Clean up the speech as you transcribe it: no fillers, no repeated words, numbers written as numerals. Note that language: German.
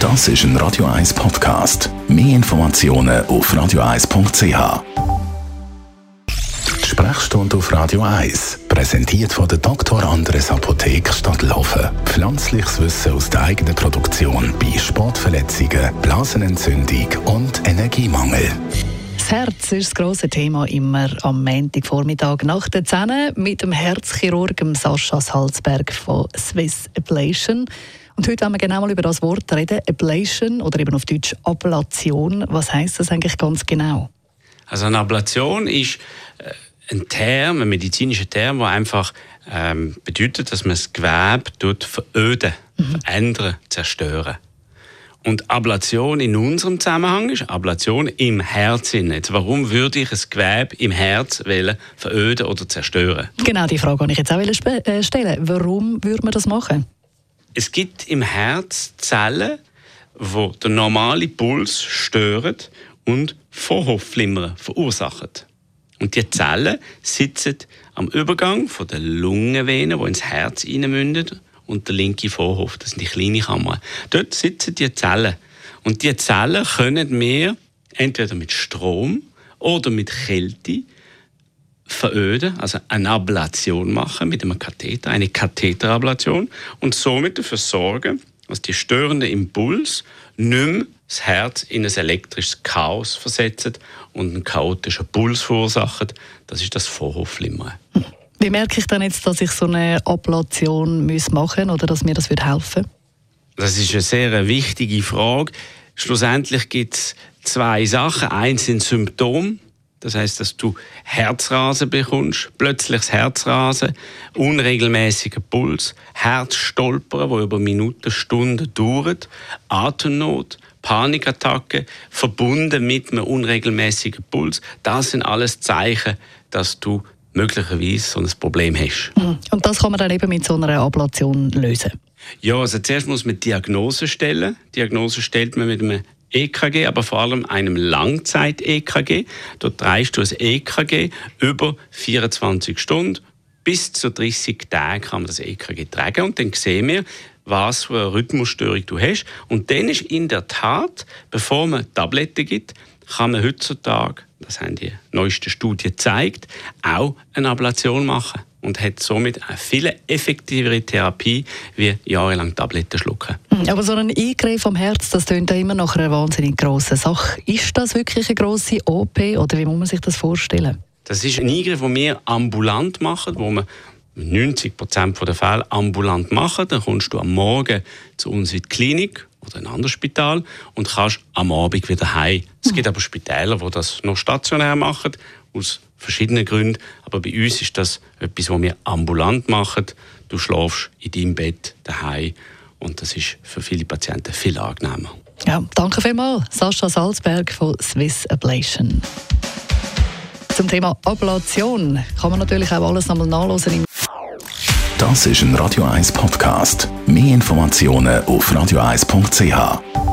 Das ist ein Radio 1 Podcast. Mehr Informationen auf radio1.ch. Die Sprechstunde auf Radio 1, präsentiert von der Dr. Andres Apotheke Stadtlaufen. Pflanzliches Wissen aus der eigenen Produktion bei Sportverletzungen, Blasenentzündung und Energiemangel. Das Herz ist das grosse Thema immer am Montagvormittag nach der 10 mit dem Herzchirurg Sascha Salzberg von Swiss Ablation. Und heute wollen wir genau mal über das Wort reden, Ablation oder eben auf Deutsch Ablation. Was heisst das eigentlich ganz genau? Also eine Ablation ist ein medizinischer Term, der einfach bedeutet, dass man das Gewebe veröden, verändern, zerstören. Und Ablation in unserem Zusammenhang ist Ablation im Herzen. Jetzt, warum würde ich ein Gewebe im Herz veröden oder zerstören? Genau, die Frage wollte ich jetzt auch stellen. Warum würde man das machen? Es gibt im Herz Zellen, die den normalen Puls stören und Vorhofflimmern verursachen. Und diese Zellen sitzen am Übergang von der Lungenvene, die ins Herz hineinmündet, und der linke Vorhof, das sind die kleinen Kammern. Dort sitzen die Zellen. Und diese Zellen können wir entweder mit Strom oder mit Kälte veröden, also eine Ablation machen mit einem Katheter, eine Katheterablation, und somit dafür sorgen, dass die störenden Impulse nicht mehr das Herz in ein elektrisches Chaos versetzen und einen chaotischen Puls verursachen. Das ist das Vorhofflimmern. Wie merke ich dann jetzt, dass ich so eine Ablation machen muss oder dass mir das helfen würde? Das ist eine sehr wichtige Frage. Schlussendlich gibt es zwei Sachen. Eins sind Symptome. Das heisst, dass du Herzrasen bekommst, plötzliches Herzrasen, unregelmäßiger Puls, Herzstolpern, das über Minuten, Stunden dauert, Atemnot, Panikattacken, verbunden mit einem unregelmäßigen Puls. Das sind alles Zeichen, dass du möglicherweise so ein Problem hast. Und das kann man dann eben mit so einer Ablation lösen? Ja, also zuerst muss man Diagnose stellen. Diagnose stellt man mit einem EKG, aber vor allem einem Langzeit-EKG. Dort drehst du ein EKG über 24 Stunden. Bis zu 30 Tage kann man das EKG tragen und dann sehen wir, was für eine Rhythmusstörung du hast. Und dann ist in der Tat, bevor man Tabletten gibt, kann man heutzutage, das haben die neuesten Studien gezeigt, auch eine Ablation machen und hat somit eine viel effektivere Therapie wie jahrelang Tabletten schlucken. Aber so ein Eingriff am Herz, das klingt ja immer nach einer wahnsinnig grossen Sache. Ist das wirklich eine grosse OP oder wie muss man sich das vorstellen? Das ist ein Eingriff, den wir ambulant machen, wo wir 90% der Fälle ambulant machen. Dann kommst du am Morgen zu uns in die Klinik oder in ein anderes Spital und kannst am Abend wieder heim. Es gibt aber Spitäler, die das noch stationär machen, aus verschiedenen Gründen. Aber bei uns ist das etwas, was wir ambulant machen. Du schläfst in deinem Bett daheim und das ist für viele Patienten viel angenehmer. Ja, danke vielmals, Sascha Salzberg von Swiss Ablation. Zum Thema Ablation kann man natürlich auch alles nochmal nachhören. Das ist ein Radio 1 Podcast. Mehr Informationen auf radio1.ch.